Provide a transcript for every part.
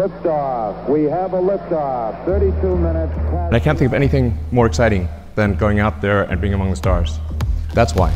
Liftoff. We have a liftoff. 32 minutes past. And I can't think of anything more exciting than going out there and being among the stars. That's why.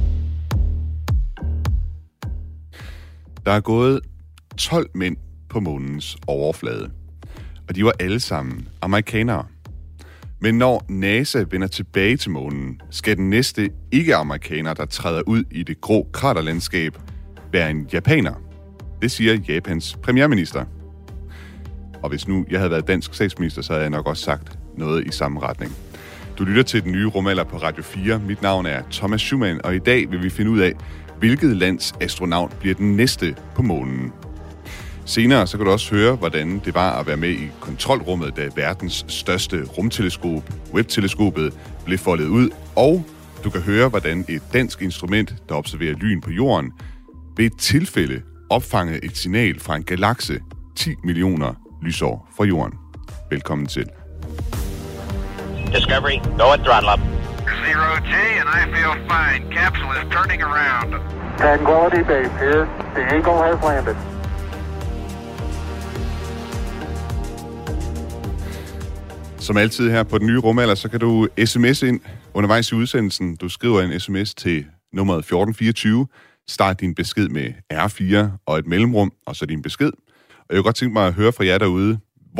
Der er gået 12 mænd på månens overflade, og de var alle sammen amerikanere. Men når NASA vender tilbage til månen, skal den næste ikke-amerikaner, der træder ud i det grå kraterlandskab, være en japaner. Det siger Japans premierminister. Og hvis nu jeg havde været dansk statsminister, så havde jeg nok også sagt noget i samme retning. Du lytter til Den Nye Rumalder på Radio 4. Mit navn er Thomas Schumann, og i dag vil vi finde ud af, hvilket lands astronaut bliver den næste på månen. Senere så kan du også høre, hvordan det var at være med i kontrolrummet, da verdens største rumteleskop, Webb-teleskopet, blev foldet ud. Og du kan høre, hvordan et dansk instrument, der observerer lyn på jorden, ved et tilfælde opfangede et signal fra en galakse 10 millioner lysår fra jorden. Velkommen til. Discovery, go at throttle up. 0G, and I feel fine. Capsule is turning around. Tranquility Base here. The Eagle has landed. Som altid her på Den Nye Rumalder, så kan du sms ind undervejs i udsendelsen. Du skriver en sms til nummeret 1424. Start din besked med R4 og et mellemrum, og så din besked. Og jeg kunne godt tænke mig at høre fra jer derude,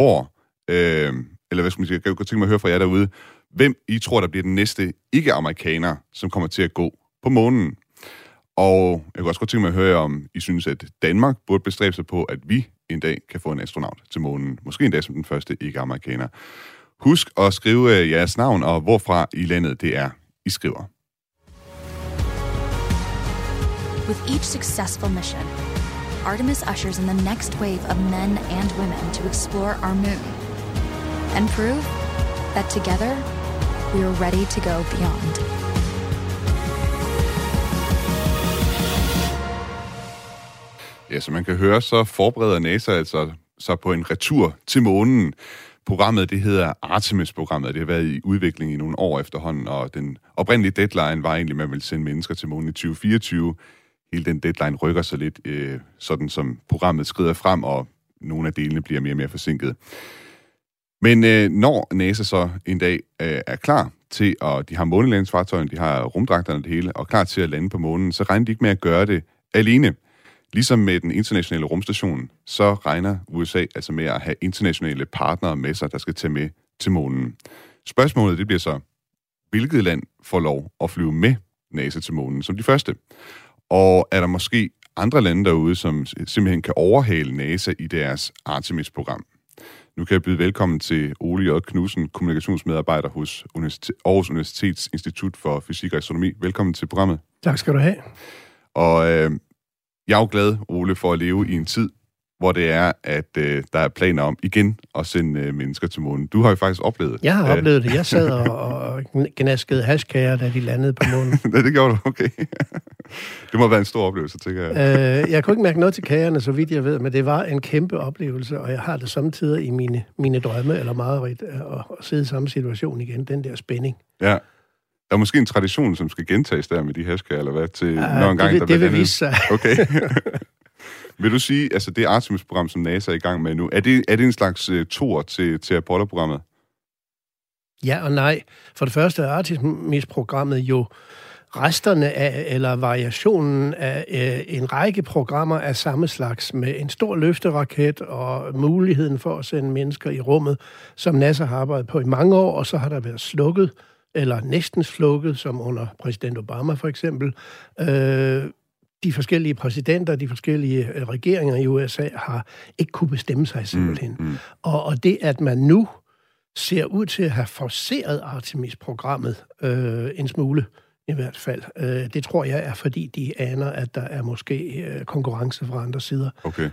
hvem I tror, der bliver den næste ikke-amerikaner, som kommer til at gå på månen. Og jeg kunne også godt tænke mig at høre, om I synes, at Danmark burde bestræbe sig på, at vi en dag kan få en astronaut til månen. Måske endda som den første ikke-amerikaner. Husk at skrive jeres navn og hvorfra i landet det er, I skriver. With each successful mission, Artemis ushers in the next wave of men and women to explore our moon and prove that together we are ready to go beyond. Ja, som man kan høre, så forbereder NASA altså så på en retur til månen. Programmet, det hedder Artemis-programmet. Det har været i udvikling i nogle år efterhånden, og den oprindelige deadline var egentlig, at man ville sende mennesker til månen i 2024. Hele den deadline rykker sig lidt, sådan som programmet skrider frem, og nogle af delene bliver mere og mere forsinket. Men når NASA så en dag er klar til, og de har månelandingsfartøjen, de har rumdragterne og det hele, og klar til at lande på månen, så regner de ikke med at gøre det alene. Ligesom med den internationale rumstation, så regner USA altså med at have internationale partnere med sig, der skal tage med til månen. Spørgsmålet det bliver så, hvilket land får lov at flyve med NASA til månen som de første? Og er der måske andre lande derude, som simpelthen kan overhale NASA i deres Artemis-program? Nu kan jeg byde velkommen til Ole J. Knudsen, kommunikationsmedarbejder hos Aarhus Universitets Institut for Fysik og Astronomi. Velkommen til programmet. Tak skal du have. Og jeg er jo glad, Ole, for at leve i en tid, hvor det er, at der er planer om igen at sende mennesker til månen. Du har jo faktisk oplevet det. Jeg har oplevet det. Jeg sad og gnaskede hashkager, da de landede på månen. Ja, det gjorde du. Okay. Det må være en stor oplevelse, tænker jeg. Jeg kunne ikke mærke noget til kagerne, så vidt jeg ved, men det var en kæmpe oplevelse, og jeg har det samtidig i mine drømme, eller mareridt, at sidde i samme situation igen, den der spænding. Ja. Der er måske en tradition, som skal gentages der med de hashkager, eller hvad, til når en gang, det vil vise sig. Okay. Vil du sige, altså det Artemis-program, som NASA er i gang med nu, er det en slags toer til Apollo-programmet? Ja og nej. For det første er Artemis-programmet jo resterne af, eller variationen af en række programmer af samme slags, med en stor løfteraket og muligheden for at sende mennesker i rummet, som NASA har arbejdet på i mange år, og så har der været slukket, eller næsten slukket, som under præsident Obama for eksempel. De forskellige præsidenter, de forskellige regeringer i USA har ikke kunne bestemme sig simpelthen. Og det, at man nu ser ud til at have forceret Artemis-programmet en smule, i hvert fald, det tror jeg er, fordi de aner, at der er måske konkurrence fra andre sider. Okay.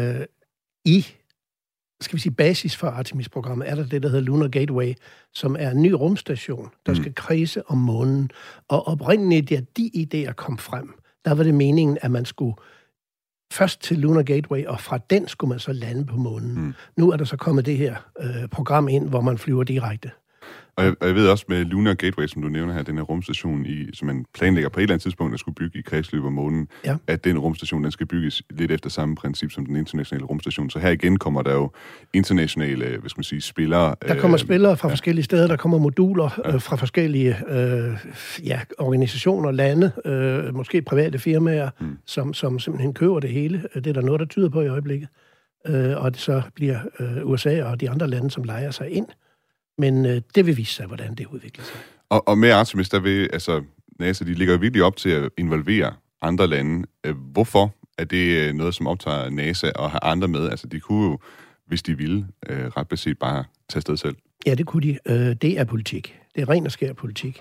Skal vi sige, basis for Artemis-programmet, er der det, der hedder Lunar Gateway, som er en ny rumstation, der skal kredse om månen. Og oprindeligt, da de idéer kom frem, der var det meningen, at man skulle først til Lunar Gateway, og fra den skulle man så lande på månen. Nu er der så kommet det her program ind, hvor man flyver direkte. Og jeg ved også med Lunar Gateway, som du nævner her, den her rumstation, som man planlægger på et eller andet tidspunkt at skulle bygge i kredsløb om månen, at den rumstation, den skal bygges lidt efter samme princip som den internationale rumstation. Så her igen kommer der jo internationale, spillere. Der kommer spillere fra forskellige steder, der kommer moduler fra forskellige organisationer, lande, måske private firmaer, som simpelthen køber det hele. Det er der noget, der tyder på i øjeblikket. Og det så bliver USA og de andre lande, som lejer sig ind. Men det vil vise sig, hvordan det udvikler sig. Og med Artemis, der vil, NASA, de ligger jo virkelig op til at involvere andre lande. Hvorfor er det noget, som optager NASA og har andre med? Altså, de kunne jo, hvis de ville, ret beset bare tage sted selv. Ja, det kunne de. Det er politik. Det er ren og skær politik.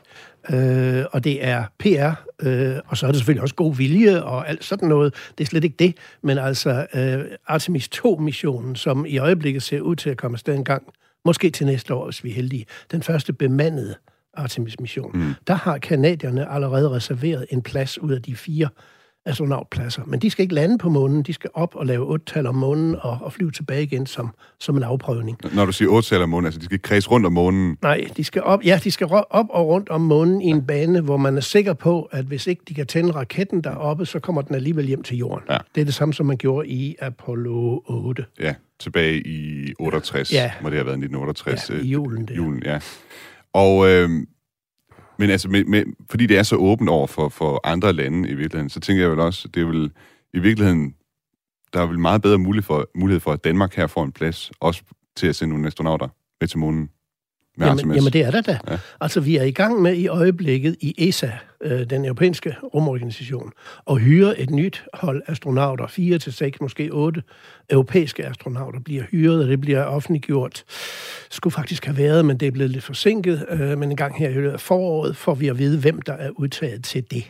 Og det er PR, og så er det selvfølgelig også god vilje og alt sådan noget. Det er slet ikke det. Men altså, Artemis 2-missionen, som i øjeblikket ser ud til at komme afsted en gang, måske til næste år, hvis vi er heldige, den første bemandede Artemis-mission, der har kanadierne allerede reserveret en plads ud af de 4 astronautpladser. Men de skal ikke lande på månen, de skal op og lave 8-tal om månen og flyve tilbage igen som en afprøvning. Når du siger 8-tal om månen, altså de skal kredse rundt om månen? Nej, de skal op og rundt om månen i en bane, hvor man er sikker på, at hvis ikke de kan tænde raketten deroppe, så kommer den alligevel hjem til jorden. Ja. Det er det samme, som man gjorde i Apollo 8. Ja, tilbage i 68, må det have været 1968. Ja, i julen. Julen, ja. Og... Men altså, fordi det er så åbent over for andre lande i virkeligheden, så tænker jeg vel også, det er vel i virkeligheden, der er vel meget bedre mulighed for, at Danmark her får en plads, også til at sende nogle astronauter med til månen. Jamen det er der da. Ja. Altså, vi er i gang med i øjeblikket i ESA, den europæiske rumorganisation, at hyre et nyt hold astronauter, 4 til 6, måske 8 europæiske astronauter bliver hyret, og det bliver offentliggjort. Skulle faktisk have været, men det er blevet lidt forsinket. Men en gang her i løbet af foråret får vi at vide, hvem der er udtaget til det.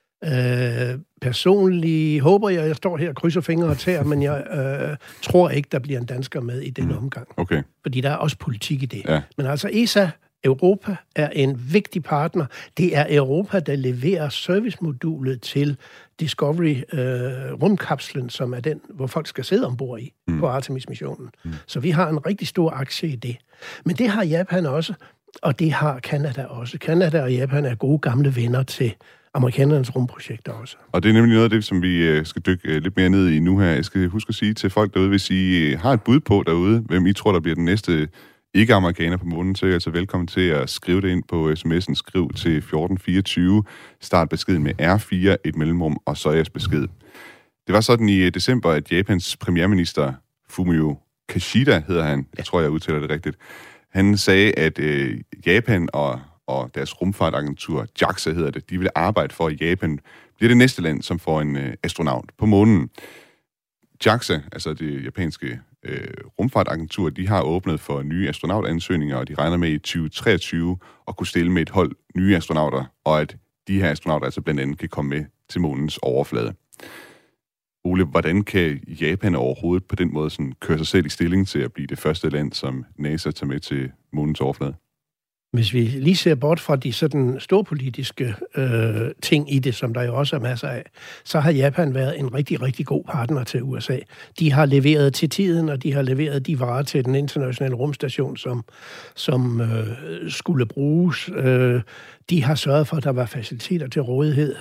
Personligt håber jeg står her og krydser fingre og tæer, men jeg tror ikke, der bliver en dansker med i den omgang. Okay. Fordi der er også politik i det. Ja. Men altså ESA, Europa, er en vigtig partner. Det er Europa, der leverer servicemodulet til Discovery rumkapslen, som er den, hvor folk skal sidde ombord i på Artemis-missionen. Så vi har en rigtig stor aktie i det. Men det har Japan også, og det har Canada også. Canada og Japan er gode gamle venner til amerikanernes rumprojekter også. Og det er nemlig noget af det, som vi skal dykke lidt mere ned i nu her. Jeg skal huske at sige til folk derude, hvis I har et bud på derude, hvem I tror, der bliver den næste ikke-amerikaner på månen, så er I altså velkommen til at skrive det ind på sms'en. Skriv til 1424. Start beskeden med R4, et mellemrum, og så jeres besked. Det var sådan i december, at Japans premierminister Fumio Kishida, hedder han, jeg tror, jeg udtaler det rigtigt, han sagde, at Japan og deres rumfartagentur, JAXA hedder det, de vil arbejde for, at Japan bliver det næste land, som får en astronaut på månen. JAXA, altså det japanske rumfartagentur, de har åbnet for nye astronautansøgninger, og de regner med i 2023 at kunne stille med et hold nye astronauter, og at de her astronauter altså blandt andet kan komme med til månens overflade. Ole, hvordan kan Japan overhovedet på den måde sådan køre sig selv i stilling til at blive det første land, som NASA tager med til månens overflade? Hvis vi lige ser bort fra de sådan storpolitiske ting i det, som der jo også er masser af, så har Japan været en rigtig, rigtig god partner til USA. De har leveret til tiden, og de har leveret de varer til den internationale rumstation, som skulle bruges. De har sørget for, at der var faciliteter til rådighed.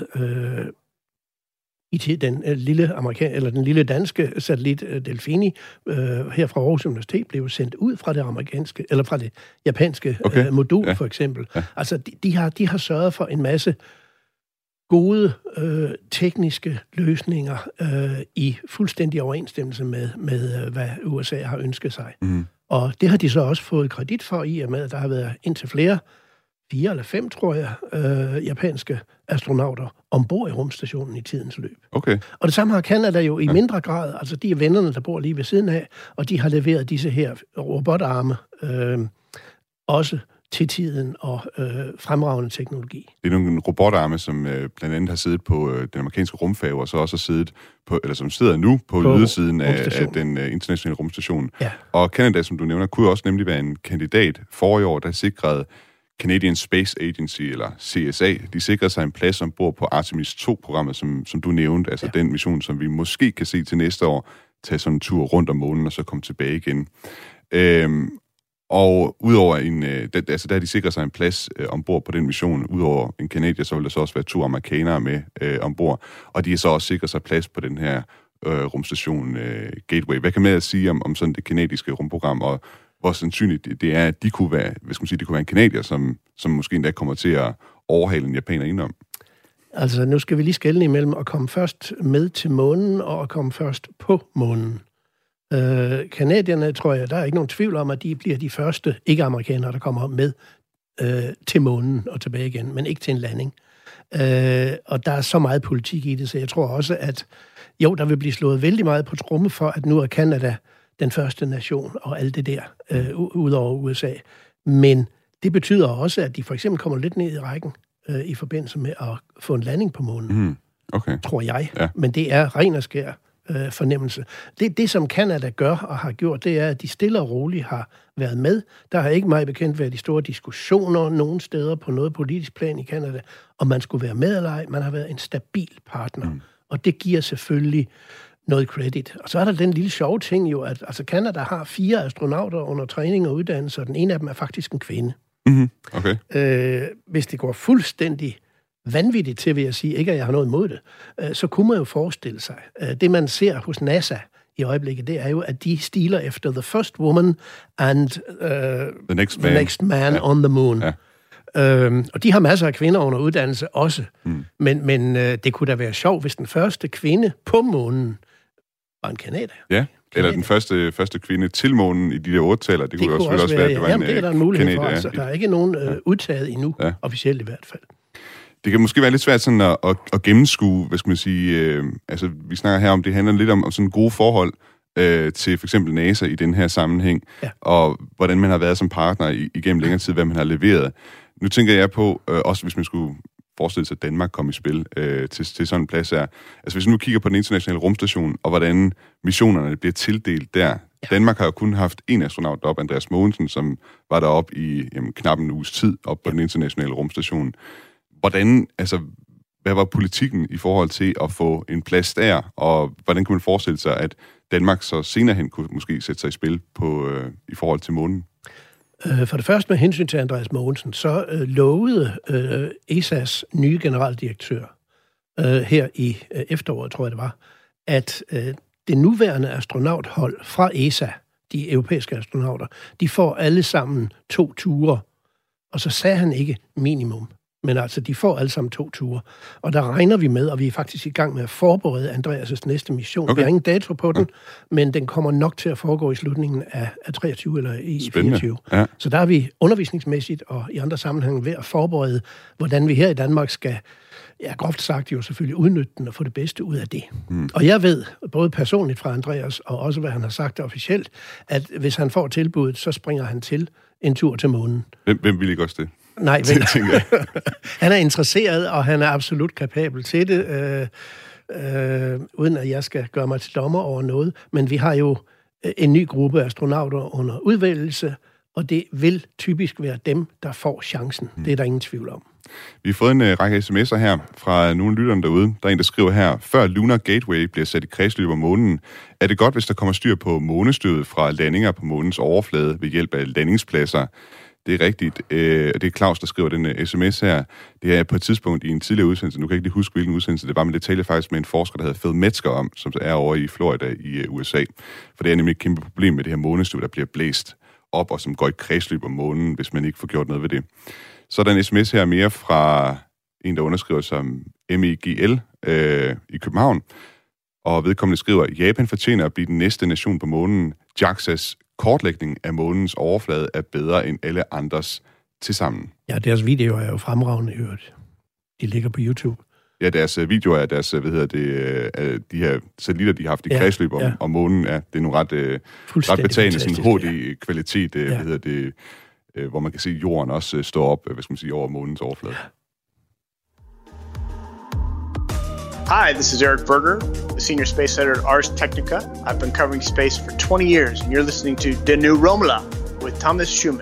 Den lille danske satellit Delfini her fra Aarhus Universitet blev sendt ud fra det japanske modul, for eksempel. Ja. Altså, de har sørget for en masse gode tekniske løsninger i fuldstændig overensstemmelse med hvad USA har ønsket sig. Mm. Og det har de så også fået kredit for, i og med, at der har været indtil flere 4 eller 5, tror jeg, japanske astronauter ombord i rumstationen i tidens løb. Okay. Og det samme har Canada jo i mindre grad. Altså, de er vennerne, der bor lige ved siden af, og de har leveret disse her robotarme også til tiden og fremragende teknologi. Det er nogle robotarme, som blandt andet har siddet på den amerikanske rumfærge, og så også har siddet på, eller som sidder nu på ydersiden af den internationale rumstation. Ja. Og Canada, som du nævner, kunne også nemlig være en kandidat. Forrige år, der sikrede Canadian Space Agency, eller CSA, de sikrede sig en plads ombord på Artemis 2-programmet, som du nævnte, altså den mission, som vi måske kan se til næste år, tage sådan en tur rundt om månen og så komme tilbage igen. Og udover der har de sikret sig en plads ombord på den mission. Udover en kanadier, så vil der så også være 2 amerikanere med ombord. Og de har så også sikret sig plads på den her rumstation Gateway. Hvad kan man sige om sådan det kanadiske rumprogram, og hvor sandsynligt det er, at de kunne være, de kunne være en kanadier, som måske endda kommer til at overhale en japaner indenom? Altså, nu skal vi lige skelne imellem at komme først med til månen og at komme først på månen. Kanadierne, tror jeg, der er ikke nogen tvivl om, at de bliver de første ikke-amerikanere, der kommer med til månen og tilbage igen, men ikke til en landing. Og der er så meget politik i det, så jeg tror også, at jo, der vil blive slået vældig meget på tromme for, at nu er Canada den første nation og alt det der, ud over USA. Men det betyder også, at de for eksempel kommer lidt ned i rækken i forbindelse med at få en landing på månen. Okay. Tror jeg. Ja. Men det er ren og skær fornemmelse. Det, som Canada gør og har gjort, det er, at de stille og roligt har været med. Der har ikke meget bekendt været de store diskussioner nogen steder på noget politisk plan i Canada, om man skulle være med eller ej. Man har været en stabil partner. Og det giver selvfølgelig noget credit. Og så er der den lille sjove ting jo, at altså Canada har 4 astronauter under træning og uddannelse, og den ene af dem er faktisk en kvinde. Okay. Hvis det går fuldstændig vanvittigt til, vil jeg sige, ikke at jeg har noget imod det, så kunne man jo forestille sig. Det, man ser hos NASA i øjeblikket, det er jo, at de stiler efter The First Woman and the next man on the Moon. Ja. Og de har masser af kvinder under uddannelse også. Men det kunne da være sjovt, hvis den første kvinde på månen var en kanadier. Ja, eller den første kvinde til månen i de der 8-taller. Det kunne også være, at det var en det er der en mulighed for. Canadier. Altså, der er ikke nogen udtaget endnu, officielt i hvert fald. Det kan måske være lidt svært sådan at gennemskue, hvad skal man sige, altså vi snakker her om, det handler lidt om sådan gode forhold til for eksempel NASA i den her sammenhæng, og hvordan man har været som partner igennem længere tid, hvad man har leveret. Nu tænker jeg på, også hvis man skulle forestille sig, at Danmark kom i spil til sådan en plads her. Altså hvis vi nu kigger på den internationale rumstation, og hvordan missionerne bliver tildelt der. Ja. Danmark har jo kun haft en astronaut deroppe, Andreas Mogensen, som var deroppe i knap en uges tid op på den internationale rumstation. Hvad var politikken i forhold til at få en plads der, og hvordan kunne man forestille sig, at Danmark så senere hen kunne måske sætte sig i spil i forhold til månen? For det første med hensyn til Andreas Mogensen, så lovede ESA's nye generaldirektør her i efteråret, tror jeg det var, at det nuværende astronauthold fra ESA, de europæiske astronauter, de får alle sammen 2 ture. Og så sagde han ikke minimum. Men altså, de får alle sammen 2 ture. Og der regner vi med, og vi er faktisk i gang med at forberede Andreas' næste mission. Okay. Vi har ingen dato på den, men den kommer nok til at foregå i slutningen af 23 eller i 24. Ja. Så der er vi undervisningsmæssigt og i andre sammenhænge ved at forberede, hvordan vi her i Danmark skal, groft sagt jo selvfølgelig udnytte den og få det bedste ud af det. Og jeg ved, både personligt fra Andreas, og også hvad han har sagt officielt, at hvis han får tilbuddet, så springer han til en tur til månen. Hvem vil ikke også det? Nej, han er interesseret, og han er absolut kapabel til det, uden at jeg skal gøre mig til dommer over noget. Men vi har jo en ny gruppe astronauter under udvælgelse, og det vil typisk være dem, der får chancen. Det er der ingen tvivl om. Vi har fået en række sms'er her fra nogle lytterne derude. Der er en, der skriver her: før Lunar Gateway bliver sat i kredsløb om månen, er det godt, hvis der kommer styr på månestødet fra landinger på månens overflade ved hjælp af landingspladser. Det er rigtigt. Det er Claus, der skriver den sms her. Det er på et tidspunkt i en tidligere udsendelse, nu kan jeg ikke lige huske, hvilken udsendelse det var, men det talte faktisk med en forsker, der hedder Phil Metzger om, som er over i Florida i USA. For det er nemlig et kæmpe problem med det her månestøv, der bliver blæst op, og som går i kredsløb om månen, hvis man ikke får gjort noget ved det. Så er der en sms her mere fra en, der underskriver som MEGL i København, og vedkommende skriver: Japan fortjener at blive den næste nation på månen. JAXA's kortlægning af månens overflade er bedre end alle andres tilsammen. Ja, deres videoer er jo fremragende i øvrigt. De ligger på YouTube. Ja, deres videoer er deres, de her satellitter, de har haft i kredsløb om månen. Ja, det er nogle ret betagende, sådan HD-kvalitet, hvor man kan se jorden også stå op, over månens overflade. Hi, this is Eric Berger, the senior space editor at Ars Technica. I've been covering space for 20 years, and you're listening to The New Romola with Thomas Schumann.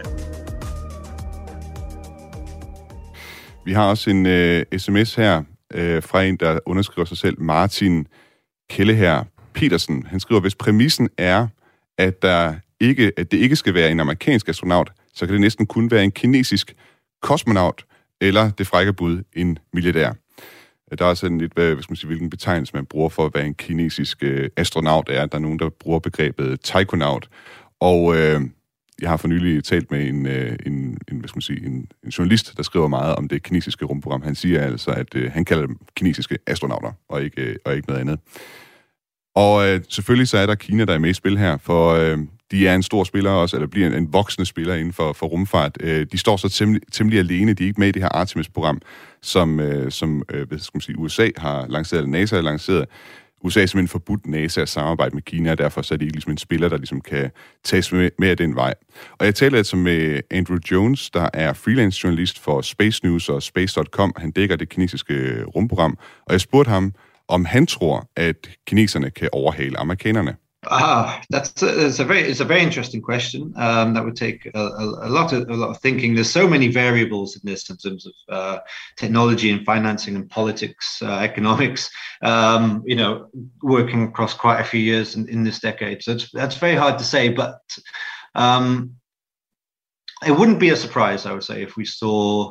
Vi har også en sms her fra en, der underskriver sig selv, Martin Kelleher Petersen. Han skriver: hvis præmissen er, at der at det ikke skal være en amerikansk astronaut, så kan det næsten kun være en kinesisk kosmonaut, eller det frække bud, en milliardær. Der er sådan lidt, hvilken betegnelse man bruger for, hvad en kinesisk astronaut er. Der er nogen, der bruger begrebet taikonaut. Og jeg har for nylig talt med en journalist, der skriver meget om det kinesiske rumprogram. Han siger altså, at han kalder dem kinesiske astronauter, og ikke noget andet. Og selvfølgelig så er der Kina, der er med i spil her, for de er en stor spiller også, eller bliver en voksende spiller inden for rumfart. De står så temmelig alene. De er ikke med i det her Artemis-program, som USA har lanceret, eller NASA har lanceret. USA er simpelthen forbudt NASA at samarbejde med Kina, og derfor så er de ikke ligesom en spiller, der ligesom kan tages med af den vej. Og jeg taler altså med Andrew Jones, der er freelance journalist for Space News og Space.com. Han dækker det kinesiske rumprogram, og jeg spurgte ham, om han tror, at kineserne kan overhale amerikanerne. It's a very interesting question. That would take a lot of thinking. There's so many variables in this in terms of technology and financing and politics, economics. Working across quite a few years in this decade. So that's very hard to say. But it wouldn't be a surprise, I would say, if we saw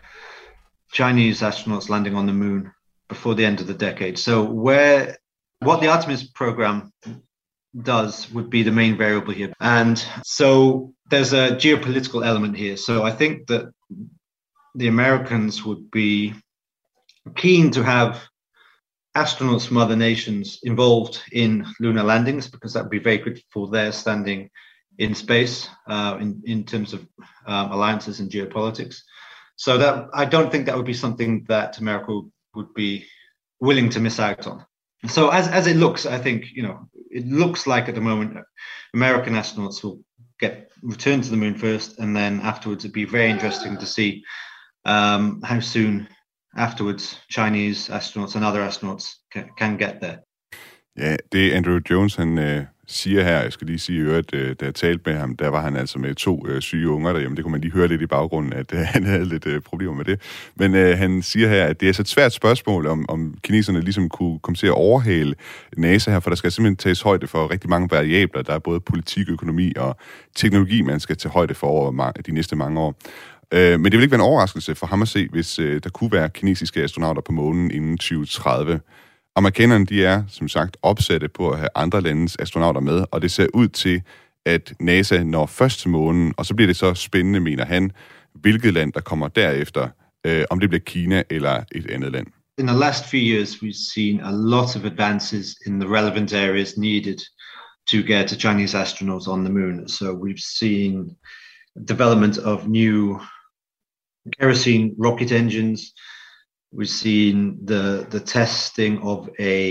Chinese astronauts landing on the moon before the end of the decade. So what the Artemis program does would be the main variable here. And so there's a geopolitical element here. So I think that the Americans would be keen to have astronauts from other nations involved in lunar landings, because that would be very good for their standing in space in terms of alliances and geopolitics. So that I don't think that would be something that America would be willing to miss out on. So as it looks, I think, it looks like at the moment American astronauts will return to the moon first, and then afterwards it'd be very interesting to see how soon afterwards Chinese astronauts and other astronauts can get there. Ja, det Andrew Jones, han siger her, jeg skal lige sige, at da jeg talte med ham, der var han altså med 2 syge unger derhjemme. Det kunne man lige høre lidt i baggrunden, at han havde lidt problemer med det. Men han siger her, at det er så et svært spørgsmål, om kineserne ligesom kunne komme til at overhale NASA her, for der skal simpelthen tages højde for rigtig mange variabler. Der er både politik, økonomi og teknologi, man skal tage højde for over de næste mange år. Men det vil ikke være en overraskelse for ham at se, hvis der kunne være kinesiske astronauter på månen inden 2030. Amerikanerne, de er, som sagt, opsatte på at have andre landes astronauter med, og det ser ud til, at NASA når først til månen, og så bliver det så spændende, mener han, hvilket land, der kommer derefter, om det bliver Kina eller et andet land. In the last few years, we've seen a lot of advances in the relevant areas needed to get a Chinese astronauts on the moon. So we've seen development of new kerosene rocket engines. We've seen the testing of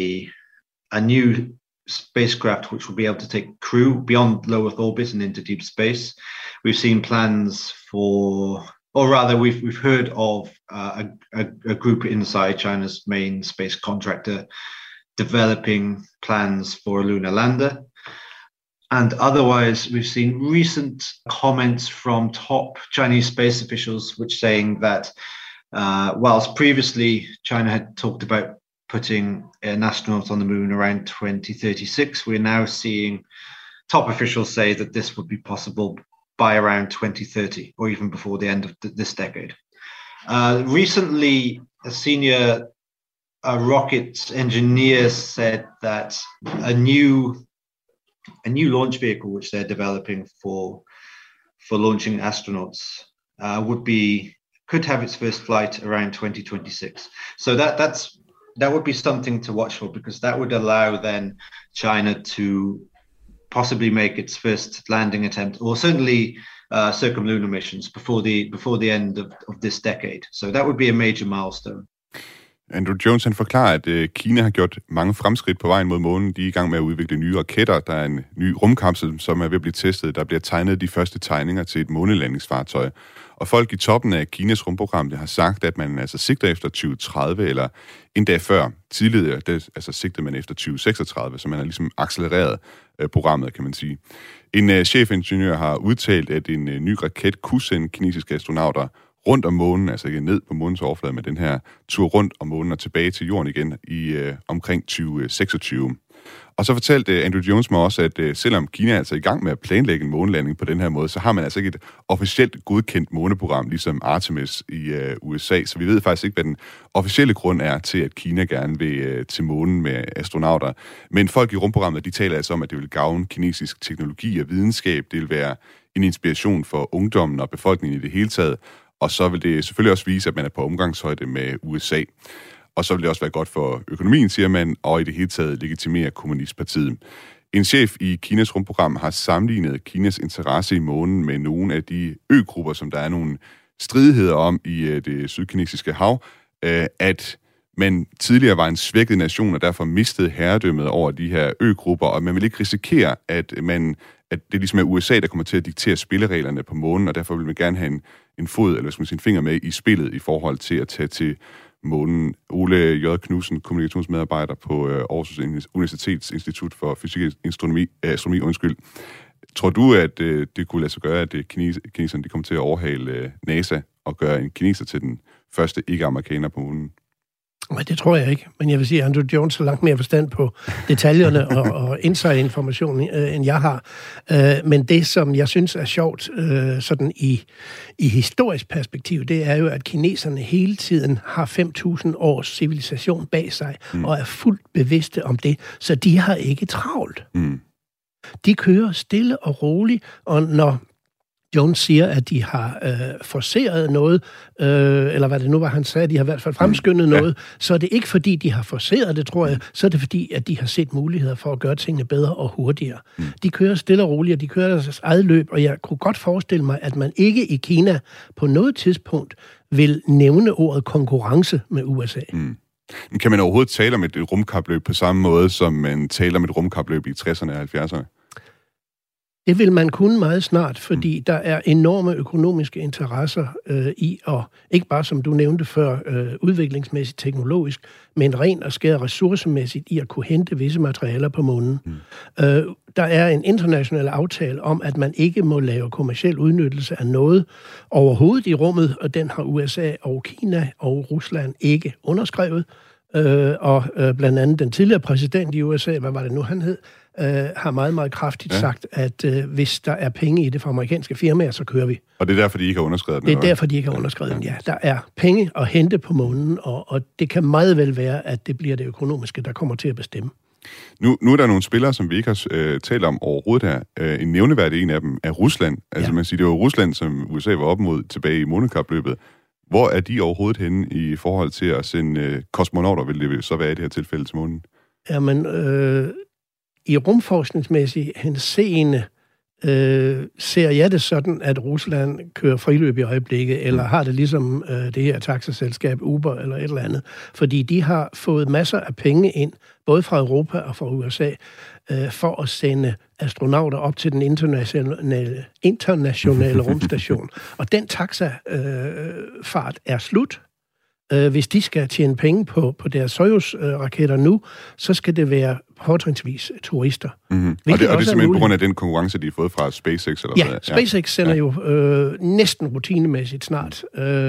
a new spacecraft which will be able to take crew beyond low Earth orbit and into deep space. We've seen plans we've heard of a group inside China's main space contractor developing plans for a lunar lander. And otherwise, we've seen recent comments from top Chinese space officials which saying that whilst previously China had talked about putting an astronaut on the moon around 2036, we're now seeing top officials say that this would be possible by around 2030, or even before the end of this decade. Recently, a senior rocket engineer said that a new launch vehicle which they're developing for launching astronauts could have its first flight around 2026. So that would be something to watch for, because that would allow then China to possibly make its first landing attempt, or certainly circumlunar missions before the end of this decade. So that would be a major milestone. Andrew Jones, han forklarer, at Kina har gjort mange fremskridt på vejen mod månen. De er i gang med at udvikle nye raketter. Der er en ny rumkapsel, som er ved at blive testet. Der bliver tegnet de første tegninger til et månelandingsfartøj. Og folk i toppen af Kinas rumprogram har sagt, at man altså sigter efter 2030, eller endda før. Tidligere, sigtede man efter 2036, så man har ligesom accelereret programmet, kan man sige. En chefingeniør har udtalt, at en ny raket kunne sende kinesiske astronauter rundt om månen, altså ikke ned på månens overflade, med den her tur rundt om månen og tilbage til jorden igen i omkring 2026. Og så fortalte Andrew Jones mig også, at selvom Kina er altså i gang med at planlægge en månelanding på den her måde, så har man altså ikke et officielt godkendt måneprogram, ligesom Artemis i USA. Så vi ved faktisk ikke, hvad den officielle grund er til, at Kina gerne vil til månen med astronauter. Men folk i rumprogrammet, de taler altså om, at det vil gavne kinesisk teknologi og videnskab. Det vil være en inspiration for ungdommen og befolkningen i det hele taget. Og så vil det selvfølgelig også vise, at man er på omgangshøjde med USA. Og så vil det også være godt for økonomien, siger man, og i det hele taget legitimere Kommunistpartiet. En chef i Kinas rumprogram har sammenlignet Kinas interesse i månen med nogle af de øgrupper, som der er nogle stridigheder om i det sydkinesiske hav, at man tidligere var en svækket nation, og derfor mistede herredømmet over de her øgrupper, og man vil ikke risikere, at det ligesom er USA, der kommer til at diktere spillereglerne på månen, og derfor vil man gerne have en fod, eller skal man sige, en finger med i spillet i forhold til at tage til månen. Ole J. Knudsen, kommunikationsmedarbejder på Aarhus Universitets Institut for Fysik og Astronomi. Tror du, at det kunne lade sig gøre, at kineserne kommer til at overhale NASA og gøre en kineser til den første ikke-amerikaner på månen? Nej, det tror jeg ikke. Men jeg vil sige, at Andrew Jones har langt mere forstand på detaljerne og insight-information, end jeg har. Men det, som jeg synes er sjovt, sådan i historisk perspektiv, det er jo, at kineserne hele tiden har 5.000 års civilisation bag sig, og er fuldt bevidste om det. Så de har ikke travlt. De kører stille og roligt, og når Jones siger, at de har forceret noget, eller hvad det nu var, han sagde, de har i hvert fald fremskyndet noget, så er det ikke fordi, de har forceret det, tror jeg, så er det fordi, at de har set muligheder for at gøre tingene bedre og hurtigere. De kører stille og roligt, og de kører deres eget løb, og jeg kunne godt forestille mig, at man ikke i Kina på noget tidspunkt vil nævne ordet konkurrence med USA. Kan man overhovedet tale om et rumkapløb på samme måde, som man taler om et rumkapløb i 60'erne og 70'erne? Det vil man kunne meget snart, fordi der er enorme økonomiske interesser i at, ikke bare som du nævnte før, udviklingsmæssigt, teknologisk, men rent og skær ressourcemæssigt i at kunne hente visse materialer på månen. Der er en international aftale om, at man ikke må lave kommerciel udnyttelse af noget overhovedet i rummet, og den har USA og Kina og Rusland ikke underskrevet. Og blandt andet den tidligere præsident i USA, hvad var det nu han hed, har meget, meget kraftigt sagt, at hvis der er penge i det for amerikanske firmaer, så kører vi. Og det er derfor, de ikke har underskrevet den? Det er derfor, de ikke har underskrevet den, ja. Der er penge at hente på månen, og det kan meget vel være, at det bliver det økonomiske, der kommer til at bestemme. Nu er der nogle spillere, som vi ikke har talt om overhovedet her. En nævneværdig en af dem er Rusland. Altså man siger, det var Rusland, som USA var op mod tilbage i månekapløbet. Hvor er de overhovedet henne i forhold til at sende kosmonauter, vil det så være i det her tilfælde til månen? Jamen, i rumforskningsmæssig henseende ser jeg det sådan, at Rusland kører friløb i øjeblikket, eller har det ligesom det her taxaselskab Uber eller et eller andet. Fordi de har fået masser af penge ind, både fra Europa og fra USA, for at sende astronauter op til den internationale rumstation. Og den taxafart er slut. Hvis de skal tjene penge på deres Soyuz-raketter nu, så skal det være fortrinsvis turister. Og det er simpelthen på grund af den konkurrence, de har fået fra SpaceX? Eller hvad? SpaceX sender jo næsten rutinemæssigt snart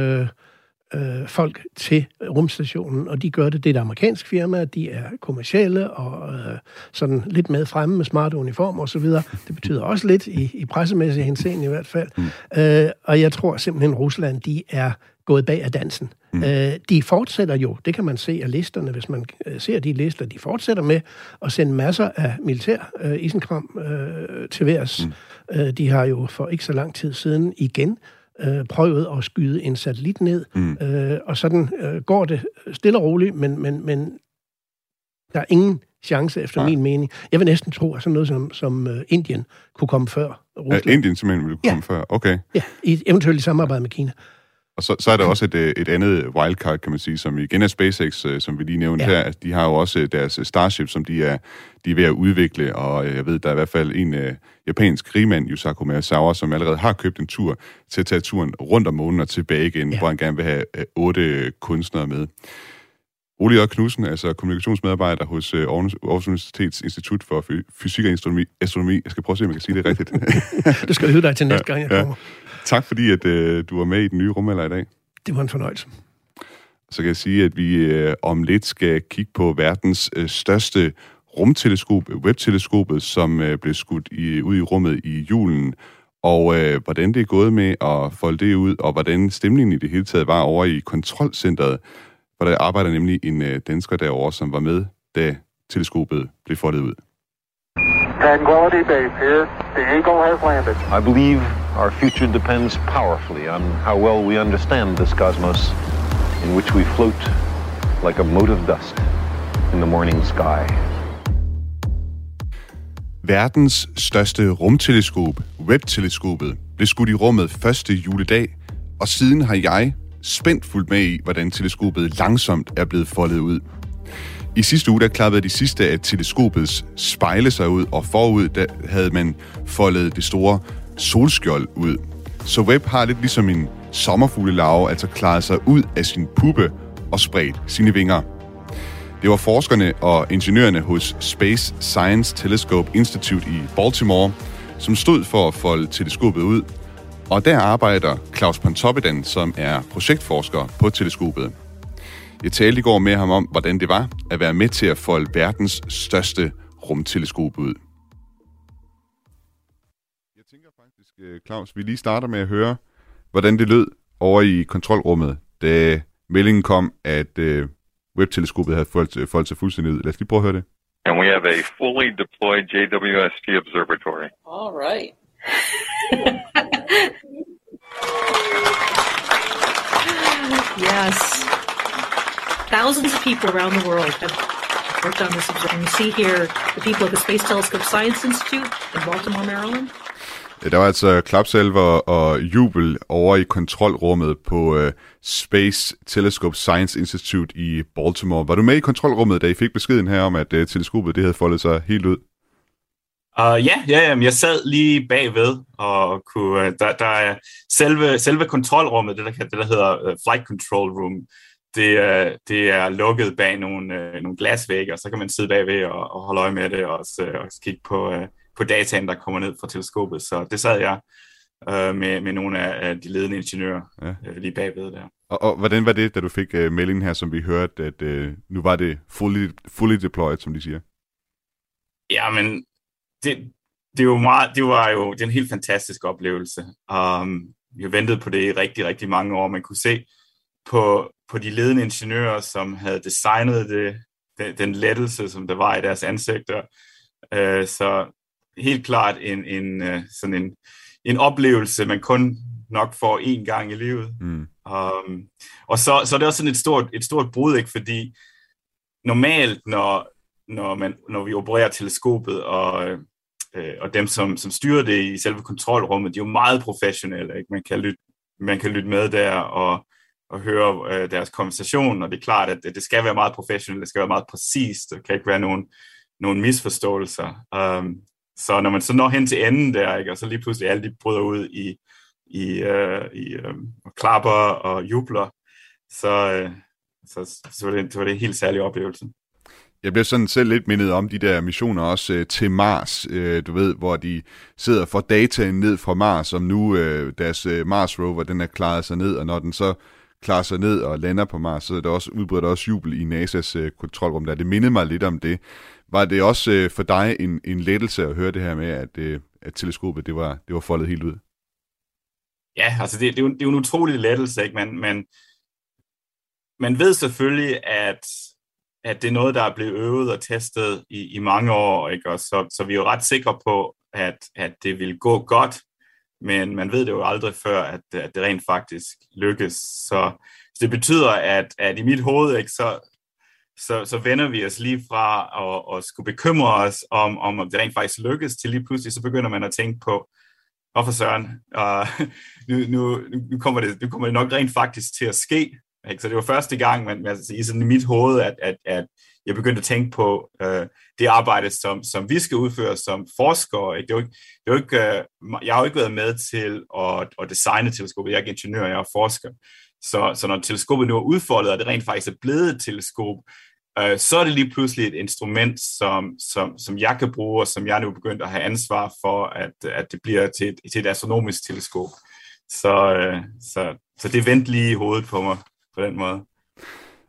folk til rumstationen, og de gør det. Det er et amerikansk firma, de er kommercielle og sådan lidt med fremme med smarte uniformer osv. Det betyder også lidt i pressemæssig henseende i hvert fald. Og jeg tror simpelthen, Rusland, de er gået bag af dansen. De fortsætter jo, det kan man se af listerne, hvis man ser de lister, de fortsætter med at sende masser af militær isenkram til værs. De har jo for ikke så lang tid siden igen prøvet at skyde en satellit ned, og sådan går det stille og roligt, men der er ingen chance efter min mening. Jeg vil næsten tro, at sådan noget som Indien kunne komme før Rusland. Indien simpelthen ville komme før? Okay. Ja, i et eventuelt samarbejde med Kina. Og så er der også et andet wildcard, kan man sige, som igen er SpaceX, som vi lige nævnte her. Altså, de har jo også deres Starship, som de er ved at udvikle, og jeg ved, der er i hvert fald en japansk rigmand, Yusaku Maezawa, som allerede har købt en tur til at tage turen rundt om månen og tilbage igen, hvor han gerne vil have 8 kunstnere med. Ole J. Knudsen, altså kommunikationsmedarbejder hos Aarhus Universitets Institut for Fysik og Astronomi. Jeg skal prøve at se, om jeg kan sige det rigtigt. Du skal øve dig til næste gang, jeg kommer. Tak fordi, at du var med i den nye rumalder i dag. Det var en fornøjelse. Så kan jeg sige, at vi om lidt skal kigge på verdens største rumteleskop, Webb-teleskopet, som blev skudt ud i rummet i julen, og hvordan det er gået med at folde det ud, og hvordan stemningen i det hele taget var over i kontrolcentret, hvor der arbejder nemlig en dansker derovre, som var med, da teleskopet blev foldet ud. Tranquility Base here. The Eagle has landed. I believe our future depends powerfully on how well we understand this cosmos in which we float like a mote of dust in the morning sky. Verdens største rumteleskop, Webb-teleskopet, blev skudt i rummet 1. juledag, og siden har jeg spændt fulgt med i, hvordan teleskopet langsomt er blevet foldet ud. I sidste uge, der klappede de sidste af teleskopets spejle sig ud, og forud, der havde man foldet det store solskjold ud. Så Webb har lidt ligesom en sommerfuglelarve, altså klaret sig ud af sin puppe og spredt sine vinger. Det var forskerne og ingeniørerne hos Space Science Telescope Institute i Baltimore, som stod for at folde teleskopet ud. Og der arbejder Klaus Pontoppidan, som er projektforsker på teleskopet. Jeg talte i går med ham om, hvordan det var at være med til at folde verdens største rumteleskop ud. Jeg tænker faktisk, Klaus, vi lige starter med at høre, hvordan det lød over i kontrolrummet, da meldingen kom, at Webb-teleskopet havde foldet sig fuldstændig ud. Lad os lige prøve at høre det. And we have a fully deployed JWST observatory. All right. Yes. Thousands of people around the world have worked on this observatory. You see here the people at the Space Telescope Science Institute in Baltimore, Maryland. Der var altså klapsalver og jubel over i kontrolrummet på Space Telescope Science Institute i Baltimore. Var du med i kontrolrummet, da I fik beskeden her om, at teleskopet det havde foldet sig helt ud? Ja, jeg sad lige bagved og kunne der er selve kontrolrummet, det der hedder Flight Control Room. Det er lukket bag nogle glasvægge, og så kan man sidde bagved og holde øje med det og kigge på dataen, der kommer ned fra teleskopet. Så det sad jeg med nogle af de ledende ingeniører lige bagved der. Og hvordan var det, da du fik meldingen her, som vi hørte, at nu var det fully deployed, som de siger? Jamen, det var en helt fantastisk oplevelse. Vi har ventet på det i rigtig, rigtig mange år. Man kunne se på de ledende ingeniører, som havde designet den lettelse, som der var i deres ansigter. Så helt klart en oplevelse, man kun nok får én gang i livet. Og så er det også sådan et stort brud, ikke? Fordi normalt, når vi opererer teleskopet, og dem, som styrer det i selve kontrolrummet, de er jo meget professionelle, ikke? Man kan lytte med der og høre deres konversation, og det er klart, at det skal være meget professionelt, det skal være meget præcist, der kan ikke være nogen misforståelser. Så når man så når hen til enden der, ikke, og så lige pludselig alle de bryder ud i klapper og jubler, så var det en helt særlig oplevelse. Jeg bliver sådan selv lidt mindet om de der missioner også til Mars, du ved, hvor de sidder og får dataen ned fra Mars, om nu deres Mars rover, den er klaret sig ned, og når den så klarer sig ned og lander på Mars, så udbryder der også jubel i NASA's kontrolrum der. Det mindede mig lidt om det. Var det også for dig en lettelse at høre det her med, at teleskopet det var foldet helt ud? Ja, altså det er jo en utrolig lettelse, ikke? Man ved selvfølgelig, at det er noget, der er blevet øvet og testet i mange år, ikke? Og så vi er jo ret sikre på, at det vil gå godt, men man ved det jo aldrig før, at det rent faktisk lykkes. Så det betyder, at i mit hoved, ikke, så vender vi os lige fra at skulle bekymre os om det rent faktisk lykkes, til lige pludselig, så begynder man at tænke på, for søren, nu kommer det nok rent faktisk til at ske. Ikke? Så det var første gang, i sådan i mit hoved, at jeg begyndte at tænke på det arbejde, som vi skal udføre som forskere. Ikke? Jeg har jo ikke været med til at designe teleskopet. Jeg er ikke ingeniør, jeg er forsker. Så når teleskopet nu er udfoldet, og det rent faktisk er blevet et teleskop, så er det lige pludselig et instrument, som jeg kan bruge, og som jeg nu begyndt at have ansvar for, at det bliver til et astronomisk teleskop. Så det vendte lige i hovedet på mig på den måde.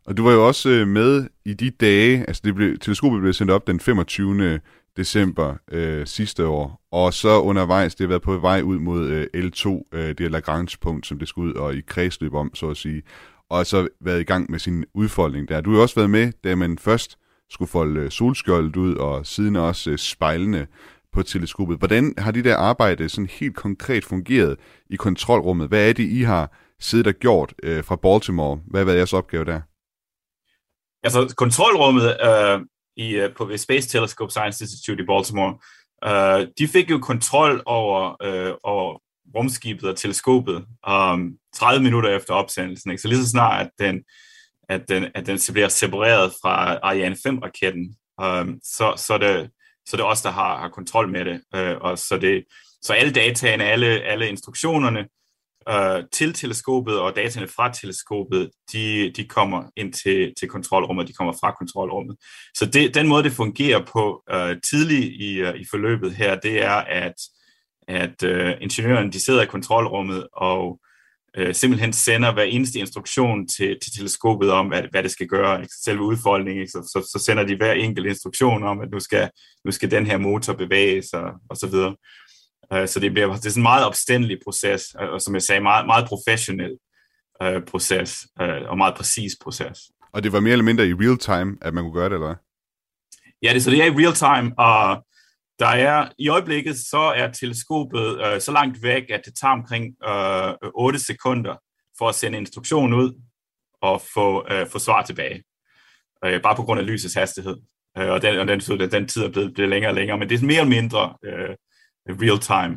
Og du var jo også med i de dage, altså teleskopet blev sendt op den 25. december sidste år, og så undervejs, det har været på vej ud mod L2, det er Lagrange-punkt, som det skal ud og i kredsløb om, så at sige, og så været i gang med sin udfoldning der. Du har jo også været med, da man først skulle folde solskjoldet ud, og siden også spejlene på teleskopet. Hvordan har de der arbejde sådan helt konkret fungeret i kontrolrummet? Hvad er det, I har siddet og gjort fra Baltimore? Hvad har været jeres opgave der? Altså, kontrolrummet på Space Telescope Science Institute i Baltimore, de fik jo kontrol over rumskibet og teleskopet 30 minutter efter opsendelsen. Ikke? Så lige så snart, at den bliver separeret fra Ariane 5-raketten, så er det os, der har kontrol med det. Og så alle dataene, alle instruktionerne til teleskopet og dataene fra teleskopet, de kommer ind til kontrolrummet, de kommer fra kontrolrummet. Så den måde, det fungerer på tidligt i forløbet her, det er, at ingeniøren, de sidder i kontrolrummet og simpelthen sender hver eneste instruktion til teleskopet om, hvad det skal gøre. Ikke? Selve udfoldningen, så sender de hver enkelt instruktion om, at nu skal den her motor bevæge sig, og så videre. Så det er sådan en meget opstændelig proces, og som jeg sagde, meget, meget professionel proces, og meget præcis proces. Og det var mere eller mindre i real time, at man kunne gøre det, eller hvad? Ja, det er i real time, og der er i øjeblikket, så er teleskopet så langt væk, at det tager omkring 8 sekunder for at sende instruktion ud og få svar tilbage. Bare på grund af lysets hastighed. Og den tid er blevet længere og længere, men det er mere eller mindre real time.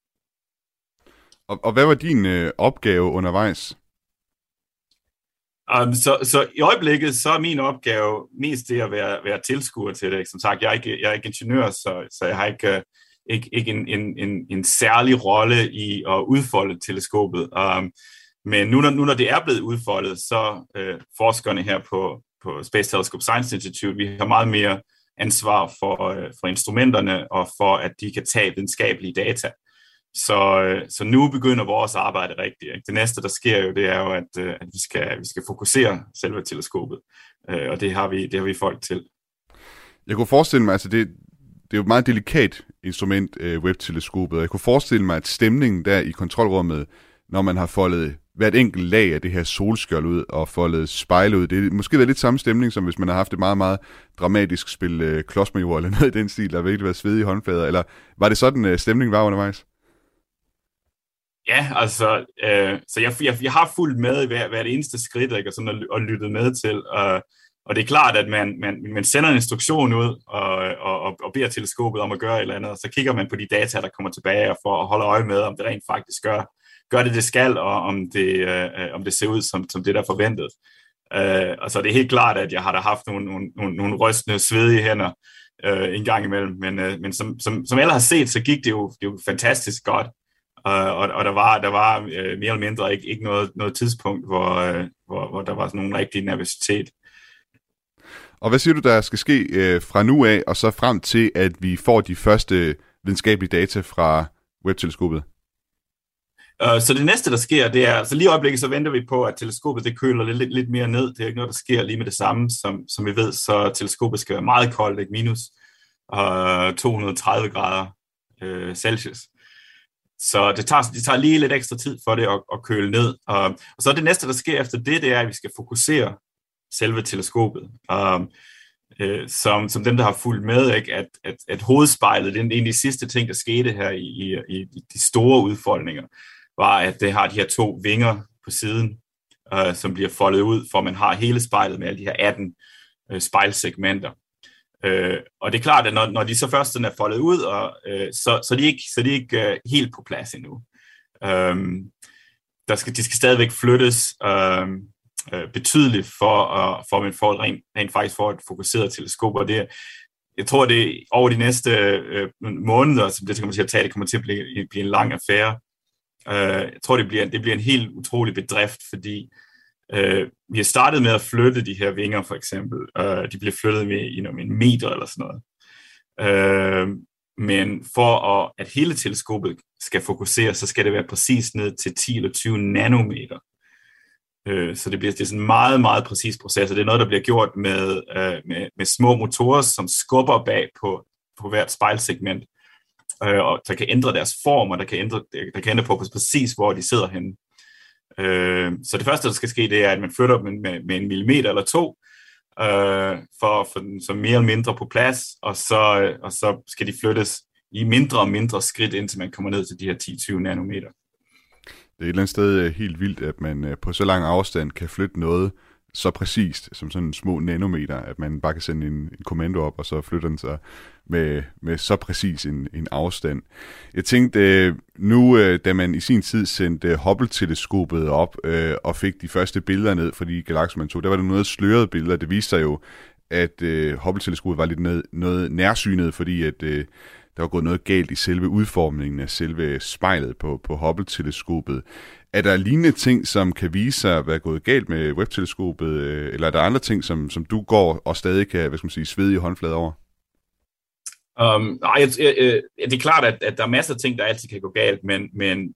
Og hvad var din opgave undervejs? Så i øjeblikket, så er min opgave mest det at være tilskuer til det. Som sagt, jeg er ikke ingeniør, så jeg har ikke en særlig rolle i at udfolde teleskopet. Men nu når det er blevet udfoldet, så forskerne her på Space Telescope Science Institute, vi har meget mere ansvar for instrumenterne og for, at de kan tage videnskabelige data. Så nu begynder vores arbejde rigtigt. Ikke? Det næste, der sker jo, det er jo, at vi skal fokusere selve teleskopet, og det har vi folk til. Jeg kunne forestille mig, altså det er jo et meget delikat instrument, webteleskopet, og jeg kunne forestille mig, at stemningen der i kontrolrummet, når man har foldet hvert enkelt lag af det her solskjold ud og foldet spejle ud, det er måske været lidt samme stemning, som hvis man har haft et meget, meget dramatisk spil klodsmajor eller noget i den stil, der har virkelig været svedige håndflader, eller var det sådan, stemningen var undervejs? Ja, altså, så jeg har fulgt med i hvert eneste skridt, ikke, og, sådan, og lyttet med til, og det er klart, at man sender en instruktion ud og beder teleskopet om at gøre et eller andet, og så kigger man på de data, der kommer tilbage, for at holde øje med, om det rent faktisk gør det skal, og om det ser ud som det, der er forventet. Og så er det helt klart, at jeg har da haft nogle rystende, svedige hænder en gang imellem, men som alle har set, så gik det jo fantastisk godt. Og der var mere eller mindre ikke noget tidspunkt, hvor der var sådan nogen rigtig nervøsitet. Og hvad siger du, der skal ske fra nu af, og så frem til, at vi får de første videnskabelige data fra webteleskopet? Så det næste, der sker, det er, så lige i øjeblikket, så venter vi på, at teleskopet det køler lidt mere ned. Det er ikke noget, der sker lige med det samme, som vi ved, så teleskopet skal være meget koldt, ikke? Minus 230 grader Celsius. Så det tager lige lidt ekstra tid for det at køle ned. Og så det næste, der sker efter det er, at vi skal fokusere selve teleskopet. Som dem, der har fulgt med, ikke? At hovedspejlet, det er en af de sidste ting, der skete her i de store udfoldninger, var, at det har de her 2 vinger på siden, som bliver foldet ud, for man har hele spejlet med alle de her 18 spejlsegmenter. Og det er klart, at når de så først er foldet ud, så er de ikke helt på plads endnu. De skal stadigvæk flyttes betydeligt for at man får rent faktisk får et fokuseret teleskop. Og jeg tror, det over de næste måneder, som det kommer til at tage, det kommer til at blive en lang affære. Jeg tror, det bliver en helt utrolig bedrift, fordi vi har startet med at flytte de her vinger, for eksempel. De bliver flyttet med en meter eller sådan noget. Men for at hele teleskopet skal fokusere, så skal det være præcis ned til 10 eller 20 nanometer. Så det er sådan en meget, meget præcis proces, og det er noget, der bliver gjort med små motorer, som skubber bag på hvert spejlsegment, og der kan ændre deres form, og der kan ændre på præcis, hvor de sidder henne. Så det første, der skal ske, det er, at man flytter dem med 1 millimeter eller 2, for at få den så mere eller mindre på plads, og så skal de flyttes i mindre og mindre skridt, indtil man kommer ned til de her 10-20 nanometer. Det er et eller andet sted helt vildt, at man på så lang afstand kan flytte noget så præcist som sådan små nanometer, at man bare kan sende en kommando op, og så flytter den sig med så præcis en afstand. Jeg tænkte, nu da man i sin tid sendte Hubble-teleskopet op og fik de første billeder ned fra de galakser, man tog, der var det noget slørede billeder. Det viste sig jo, at Hubble-teleskopet var lidt noget nærsynet, fordi at der var gået noget galt i selve udformningen af selve spejlet på Hubble-teleskopet. Er der lignende ting, som kan vise sig at være gået galt med Webb-teleskopet, eller er der andre ting, som du går og stadig kan, svede i håndflader over? Nej, det er klart, at der er masser af ting, der altid kan gå galt, men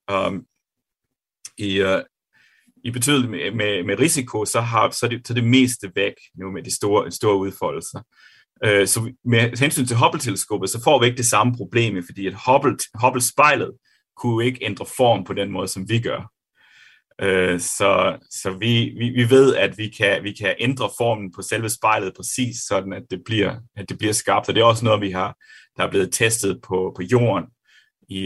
i betydning med risiko, så er det meste væk nu med de store udfoldelser. Så med hensyn til Hubble-teleskopet, så får vi ikke det samme problem, fordi at Hubble-spejlet kunne ikke ændre form på den måde, som vi gør. Så vi ved, at vi kan ændre formen på selve spejlet præcis, sådan at det bliver skarpt. Og det er også noget, der er blevet testet på jorden i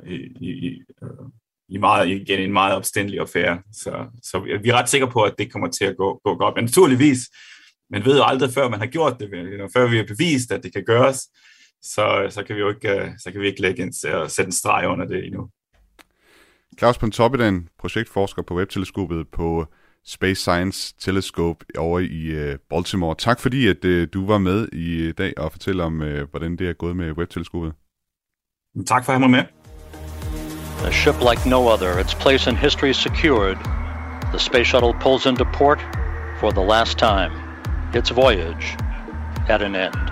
en meget opstændelig affære. Så vi er ret sikre på, at det kommer til at gå godt. Men naturligvis, man ved jo aldrig, før man har gjort det, før vi har bevist, at det kan gøres, så kan vi ikke sætte en streg under det endnu. Klaus Pontoppidan, projektforsker på Webb-teleskopet på Space Science Telescope over i Baltimore. Tak fordi, at du var med i dag og fortæller om, hvordan det er gået med Webb-teleskopet. Tak for at have mig med. A ship like no other, its place in history secured. The space shuttle pulls into port for the last time. Its voyage at an end.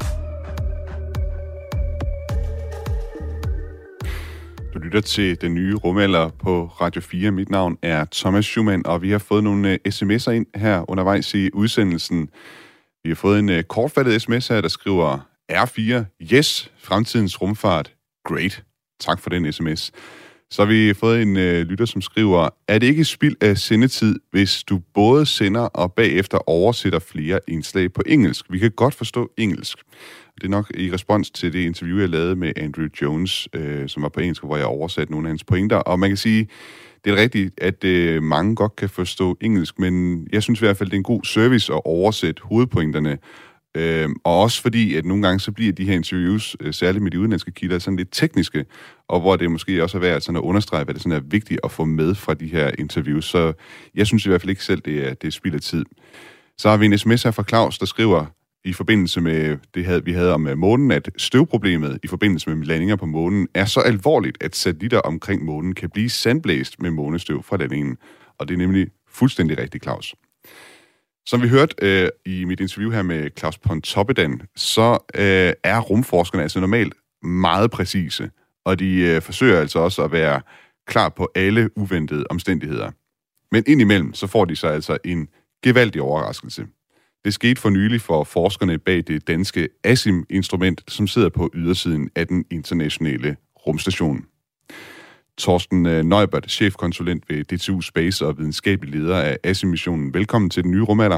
Du lytter til Den Nye Rumalder på Radio 4. Mit navn er Thomas Schumann, og vi har fået nogle sms'er ind her undervejs i udsendelsen. Vi har fået en kortfattet sms her, der skriver R4, yes, fremtidens rumfart, great. Tak for den sms. Så har vi fået en lytter, som skriver, er det ikke spild af sendetid, hvis du både sender og bagefter oversætter flere indslag på engelsk? Vi kan godt forstå engelsk. Det er nok i respons til det interview, jeg lavede med Andrew Jones, som var på engelsk, hvor jeg oversatte nogle af hans pointer. Og man kan sige, det er rigtigt, at mange godt kan forstå engelsk, men jeg synes i hvert fald, det er en god service at oversætte hovedpointerne. Og også fordi, at nogle gange så bliver de her interviews, særligt med de udenlandske kilder, sådan lidt tekniske, og hvor det måske også er værd sådan at understrege, hvad det sådan er vigtigt at få med fra de her interviews. Så jeg synes i hvert fald ikke selv, det er spild af tid. Så har vi en sms her fra Claus, der skriver, i forbindelse med det, vi havde om månen, at støvproblemet i forbindelse med landinger på månen er så alvorligt, at satellitter omkring månen kan blive sandblæst med månestøv fra landingen. Og det er nemlig fuldstændig rigtigt, Claus. Som vi hørte i mit interview her med Klaus Pontoppidan, så er rumforskerne altså normalt meget præcise, og de forsøger altså også at være klar på alle uventede omstændigheder. Men indimellem, så får de så altså en gevaldig overraskelse. Det skete for nylig for forskerne bag det danske ASIM-instrument, som sidder på ydersiden af den internationale rumstation. Torsten Neubert, chefkonsulent ved DTU Space og videnskabelig leder af ASIM-missionen. Velkommen til Den Nye Rumalder.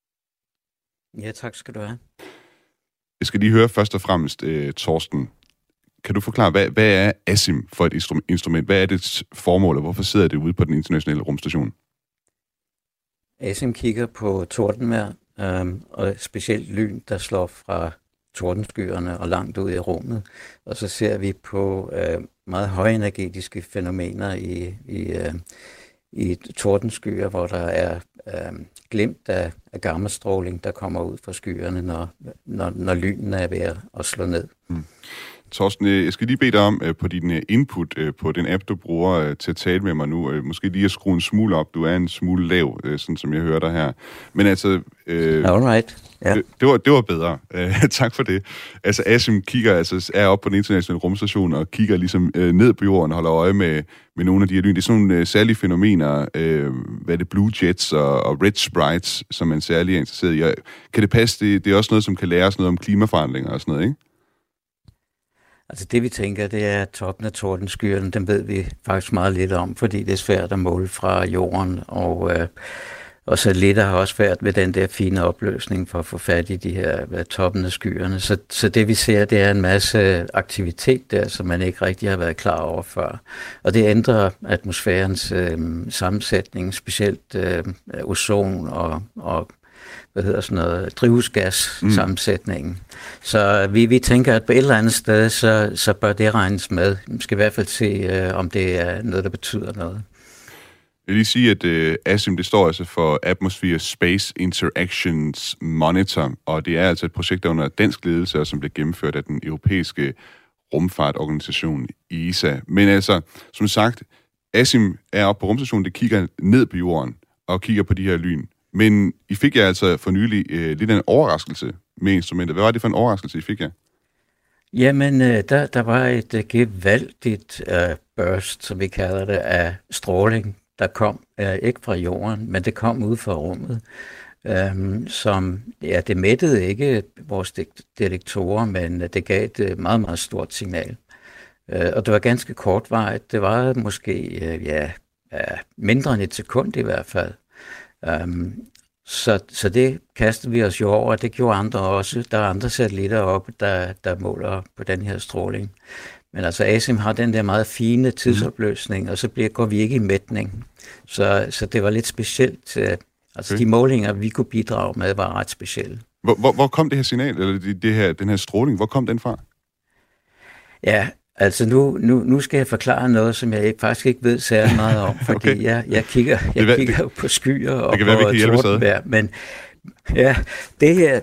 Ja, tak skal du have. Jeg skal lige høre først og fremmest, Torsten. Kan du forklare, hvad er ASIM for et instrument? Hvad er dets formål, og hvorfor sidder det ude på den internationale rumstation? ASIM kigger på tordenvejr, og specielt lyn, der slår fra tordenskyerne og langt ud i rummet. Og så ser vi på meget højenergetiske fænomener i tordenskyer, hvor der er glimt af gammastråling, der kommer ud fra skyerne, når lynen er ved at slå ned. Torsten, jeg skal lige bede dig om på din input på den app, du bruger til at tale med mig nu, måske lige at skrue en smule op. Du er en smule lav, sådan som jeg hører dig her. Men altså... Alright. Ja. Det var bedre. Tak for det. Altså, Asim er oppe på den internationale rumstation og kigger ligesom ned på jorden og holder øje med nogle af de her lyn. Det er sådan nogle særlige fænomener, hvad er det, Blue Jets og Red Sprites, som man særlig er interesseret i. Kan det passe? Det er også noget, som kan lære os noget om klimaforandringer og sådan noget, ikke? Altså det vi tænker, det er toppen af tordenskyerne, dem ved vi faktisk meget lidt om, fordi det er svært at måle fra jorden, og satellitter har også svært ved den der fine opløsning for at få fat i de her toppen af skyerne. Så det vi ser, det er en masse aktivitet der, som man ikke rigtig har været klar over før. Og det ændrer atmosfærens sammensætning, specielt ozon og drivhusgas-sammensætningen. Så vi tænker, at på et eller andet sted, så bør det regnes med. Vi skal i hvert fald se, om det er noget, der betyder noget. Jeg vil lige sige, at ASIM, det står altså for Atmosphere Space Interactions Monitor, og det er altså et projekt, der under dansk ledelse, og som blev gennemført af den europæiske rumfartorganisation ESA. Men altså, som sagt, ASIM er oppe på rumstationen, det kigger ned på jorden og kigger på de her lyn. Men I fik jer altså for nylig lidt en overraskelse med instrumentet. Hvad var det for en overraskelse, I fik jer? Jamen, der var et gevaldigt burst, som vi kalder det, af stråling, der kom ikke fra jorden, men det kom ud fra rummet. Det mættede ikke vores detektorer, men det gav et meget, meget stort signal. Og det var ganske kortvarigt. Det var måske mindre end et sekund i hvert fald. Så det kastede vi os jo over, og det gjorde andre også. Der er andre satellitter oppe, der måler på den her stråling. Men altså ASIM har den der meget fine tidsopløsning, og så går vi ikke i mætning. Så det var lidt specielt. De målinger, vi kunne bidrage med, var ret specielle. Hvor kom det her signal, eller den her stråling, hvor kom den fra? Ja, altså nu skal jeg forklare noget, som jeg faktisk ikke ved særlig meget om, fordi okay. jeg kigger jo på skyer og på tordenvejr, men ja, det her,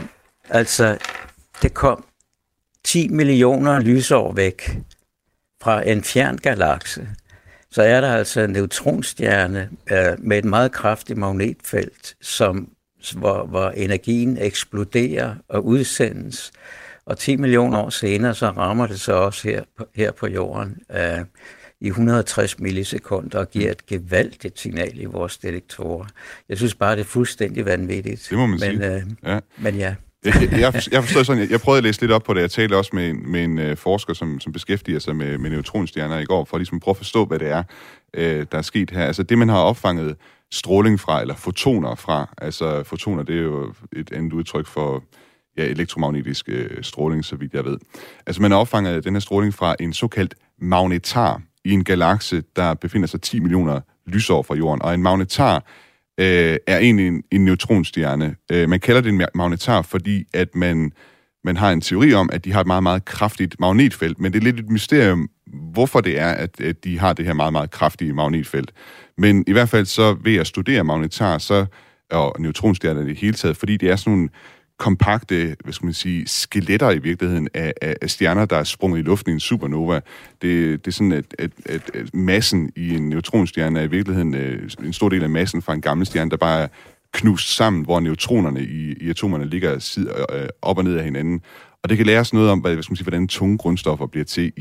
det kom 10 millioner lysår væk fra en fjern galakse. Så er der altså en neutronstjerne med et meget kraftigt magnetfelt, hvor energien eksploderer og udsendes. Og 10 millioner år senere, så rammer det så også her på jorden i 160 millisekunder og giver et gevaldigt signal i vores detektorer. Jeg synes bare, det er fuldstændig vanvittigt. Det må man sige. Men ja. Jeg forstår sådan, jeg prøvede at læse lidt op på det. Jeg talte også med en forsker, som beskæftiger sig med neutronstjerner i går, for ligesom at prøve at forstå, hvad det er, der er sket her. Altså det, man har opfanget stråling fra, eller fotoner fra, altså fotoner, det er jo et andet udtryk for elektromagnetisk stråling, så vidt jeg ved. Altså man har opfanget den her stråling fra en såkaldt magnetar i en galakse, der befinder sig 10 millioner lysår fra jorden. Og en magnetar er egentlig en neutronstjerne. Man kalder det en magnetar, fordi at man har en teori om, at de har et meget, meget kraftigt magnetfelt, men det er lidt et mysterium, hvorfor det er, at de har det her meget, meget kraftige magnetfelt. Men i hvert fald så ved at studere magnetar, og neutronstjerner i det hele taget, fordi det er sådan nogle kompakte, skeletter i virkeligheden af stjerner, der er sprunget i luften i en supernova. Det er sådan, at massen i en neutronstjerne er i virkeligheden en stor del af massen fra en gammel stjerne, der bare er knust sammen, hvor neutronerne i atomerne ligger op og ned af hinanden. Og det kan lære os noget om, hvordan tunge grundstoffer bliver til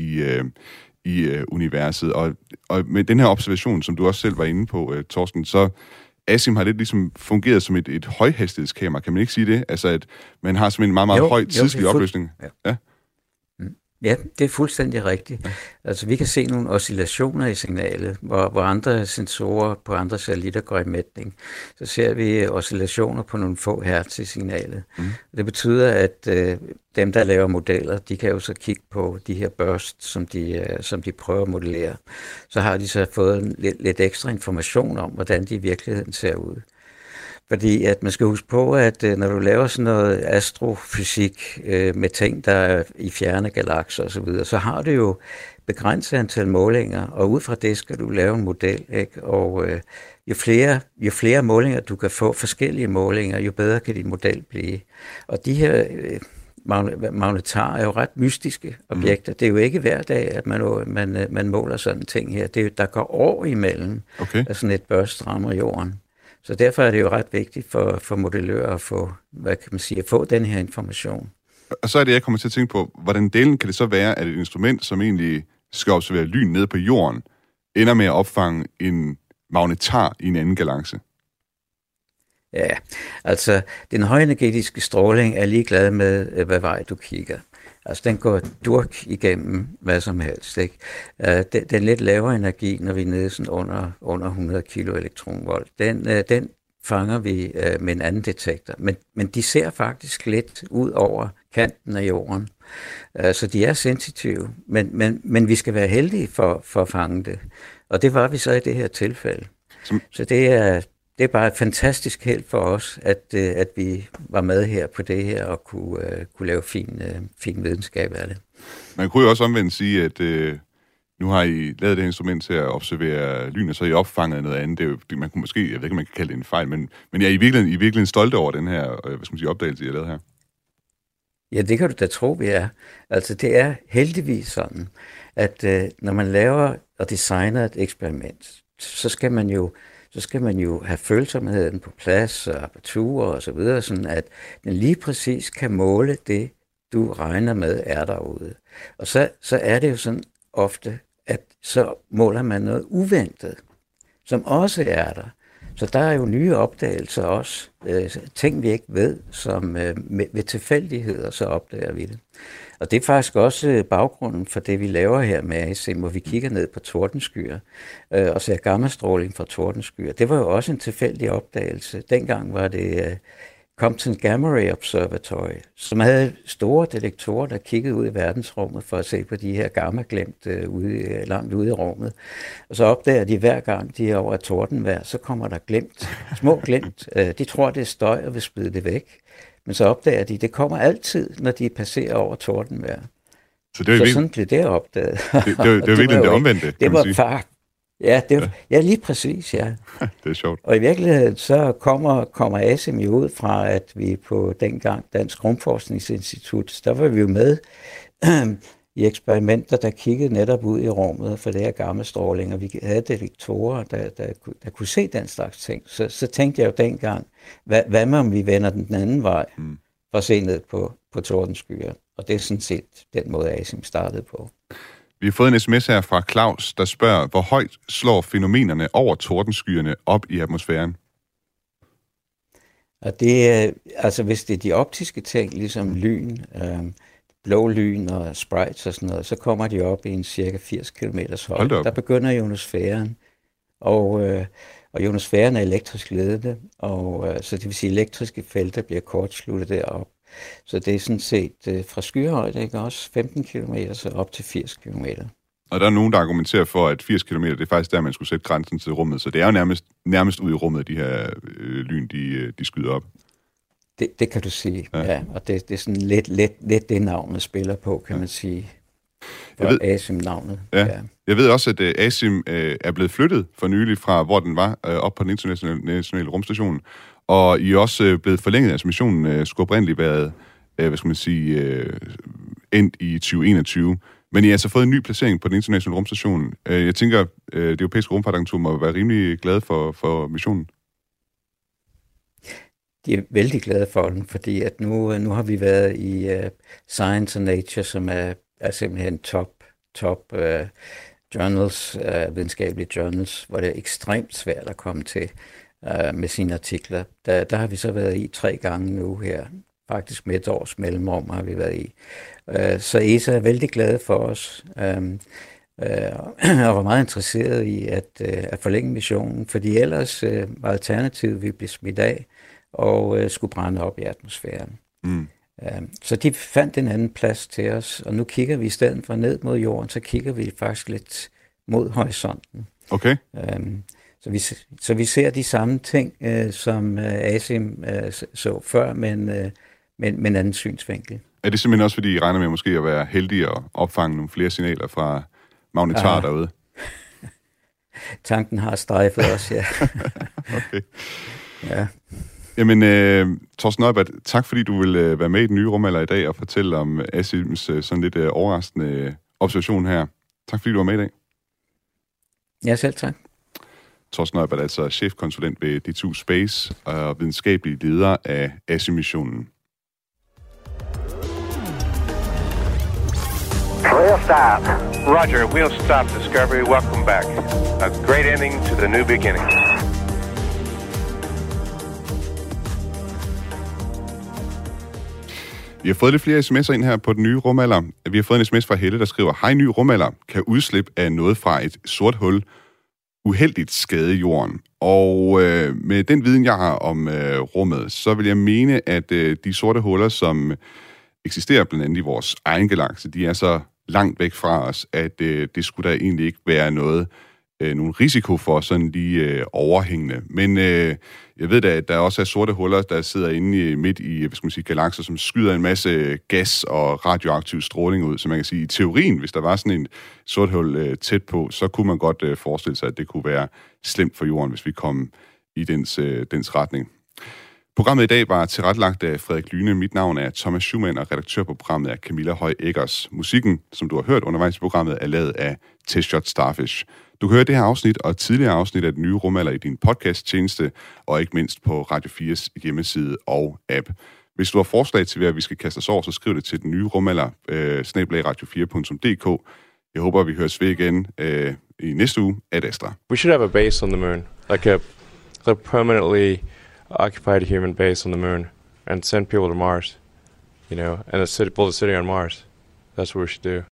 i universet. Og med den her observation, som du også selv var inde på, Torsten, så ASIM har lidt ligesom fungeret som et højhastighedskamera. Kan man ikke sige det? Altså, at man har simpelthen en meget, meget høj tidslig opløsning. Ja. Ja, det er fuldstændig rigtigt. Ja. Altså, vi kan se nogle oscillationer i signalet, hvor andre sensorer på andre satellitter går i mætning. Så ser vi oscillationer på nogle få hertz i signalet. Det betyder, at dem, der laver modeller, de kan jo så kigge på de her bursts, som de prøver at modellere. Så har de så fået lidt ekstra information om, hvordan de i virkeligheden ser ud. Fordi at man skal huske på, at når du laver sådan noget astrofysik med ting, der er i fjerne galakser osv., så har du jo begrænset antal målinger, og ud fra det skal du lave en model, ikke? Og jo flere målinger du kan få, forskellige målinger, jo bedre kan din model blive. Og de her magnetar er jo ret mystiske objekter. Det er jo ikke hver dag, at man måler sådan en ting her. Det er jo, der går år imellem, at sådan et børst rammer jorden. Så derfor er det jo ret vigtigt for modellører at få, at få den her information. Og så er det, jeg kommer til at tænke på, hvordan delen kan det så være, at et instrument, som egentlig skal observere lyn nede på jorden, ender med at opfange en magnetar i en anden galakse? Ja, altså den højenergetiske stråling er ligeglad med, hvad vej du kigger. Altså den går durk igennem hvad som helst. Ikke? Den lidt lavere energi, når vi er nede sådan under 100 kilo elektronvolt, den fanger vi med en anden detektor. Men de ser faktisk lidt ud over kanten af jorden. Så de er sensitive, men vi skal være heldige for at fange det. Og det var vi så i det her tilfælde. Så det er bare et fantastisk held for os, at vi var med her på det her og kunne lave fin videnskab af det. Man kunne jo også omvendt sige, at nu har I lavet det instrument til at observere lyn, og så har I opfanget noget andet. Det er jo, man kunne måske, jeg ved ikke, om man kan kalde det en fejl, men jeg er I virkelig stolte over den her opdagelse, I har lavet her? Ja, det kan du da tro, vi er. Altså, det er heldigvis sådan, at når man laver og designer et eksperiment, så skal man jo have følsomheden på plads og aperturer og så videre, sådan at den lige præcis kan måle det, du regner med er derude. Og så er det jo sådan ofte, at så måler man noget uventet, som også er der. Så der er jo nye opdagelser også, ting vi ikke ved, som ved tilfældigheder, så opdager vi det. Og det er faktisk også baggrunden for det, vi laver her med ASIM, hvor vi kigger ned på tordenskyer og ser gammastråling fra tordenskyer. Det var jo også en tilfældig opdagelse. Dengang var det Compton Gamma Ray Observatory, som havde store detektorer, der kiggede ud i verdensrummet for at se på de her gamma-glemt langt ude i rummet. Og så opdager de hver gang, de er over et tordenvejr, så kommer der små glimt. De tror, det er støj og vil spide det væk. Men så opdager de, det kommer altid, når de passerer over tordenvejr. Så sådan blev det opdaget. Det var virkelig det omvendte, det var far. Ja, ja, lige præcis, ja. Det er sjovt. Og i virkeligheden så kommer ASIM jo ud fra, at vi på dengang Dansk Rumforskningsinstitut, der var vi jo med i eksperimenter, der kiggede netop ud i rummet for det her gammastråling, og vi havde detektorer, der kunne se den slags ting. Så tænkte jeg jo dengang, hvad med om vi vender den anden vej for at se ned på tordenskyer? Og det er sådan set den måde, ASIM startede på. Vi har fået en sms her fra Claus, der spørger, hvor højt slår fænomenerne over tordenskyerne op i atmosfæren? Og det er, altså hvis det er de optiske ting, ligesom lyn, blå lyn og sprites og sådan noget, så kommer de op i en cirka 80 km højde. Der begynder ionosfæren, og ionosfæren er elektrisk ledende, og så det vil sige, at elektriske felter bliver kortsluttet derop. Så det er sådan set fra skyhøjde, ikke også 15 km, så op til 80 km. Og der er nogen, der argumenterer for, at 80 km, det er faktisk der, man skulle sætte grænsen til rummet. Så det er jo nærmest ud i rummet, de her lyn, de skyder op. Det kan du sige, ja. Og det er sådan lidt det navnet spiller på, kan man sige. ASIM-navnet. Ja. Jeg ved også, at ASIM er blevet flyttet for nylig fra, hvor den var, op på den internationale rumstation. Og I er også blevet forlænget, altså missionen skulle oprindeligt været, endt i 2021. Men I har altså fået en ny placering på den internationale rumstation. Jeg tænker, det europæiske rumfartagentur må være rimelig glade for missionen. De er vældig glade for den, fordi at nu har vi været i Science and Nature, som er simpelthen top journals, videnskabelige journals, hvor det er ekstremt svært at komme til med sine artikler. Der har vi så været i 3 gange nu her. Faktisk med et års mellemrum har vi været i. Så ESA er vældig glade for os, og var meget interesseret i at forlænge missionen, fordi ellers var alternativet, vi blev smidt af og skulle brænde op i atmosfæren. Så de fandt en anden plads til os, og nu kigger vi i stedet for ned mod jorden, så kigger vi faktisk lidt mod horisonten. Okay. Så vi ser de samme ting, som ASIM så før, men en anden synsvinkel. Er det simpelthen også, fordi I regner med måske at være heldige og opfange nogle flere signaler fra magnetarer derude? Tanken har strejfet os, ja. Okay. Ja. Jamen, Torsten Neubert, tak fordi du vil være med i den nye rumalder i dag og fortælle om Asims sådan lidt overraskende observation her. Tak fordi du var med i dag. Ja, selv tak. Torsten Neubert er altså chefkonsulent ved D2 Space og videnskabelig leder af Asim-missionen. We'll stop. Roger, we'll stop Discovery. Welcome back. A great ending to the new beginning. Vi har fået lidt flere sms'er ind her på den nye rumalder. Vi har fået en sms fra Helle, der skriver: Hej, ny rumalder. Kan udslip af noget fra et sort hul uheldigt skade jorden? Og med den viden, jeg har om rummet, så vil jeg mene, at de sorte huller, som eksisterer blandt andet i vores egen galakse, de er så langt væk fra os, at det skulle der egentlig ikke være nogen risiko for sådan lige overhængende. Men jeg ved da, at der også er sorte huller, der sidder inde midt i galakser, som skyder en masse gas og radioaktiv stråling ud. Så man kan sige, i teorien, hvis der var sådan en sort hul tæt på, så kunne man godt forestille sig, at det kunne være slemt for jorden, hvis vi kom i dens retning. Programmet i dag var tilrettelagt af Frederik Lyne. Mit navn er Thomas Schumann, og redaktør på programmet er Camilla Høj Eggers. Musikken, som du har hørt undervejs i programmet, er lavet af T-Shot Starfish. Du kan høre det her afsnit og tidligere afsnit af den nye rumalder i din podcast-tjeneste, og ikke mindst på Radio 4's hjemmeside og app. Hvis du har forslag til, hvad vi skal kaste os over, så skriv det til den nye rumalder, @radio4.dk. Jeg håber, vi høres ved igen i næste uge. Ad Astra. We should have a base on the moon, like a permanently occupied human base on the moon, and send people to Mars, and build a city on Mars. That's what we should do.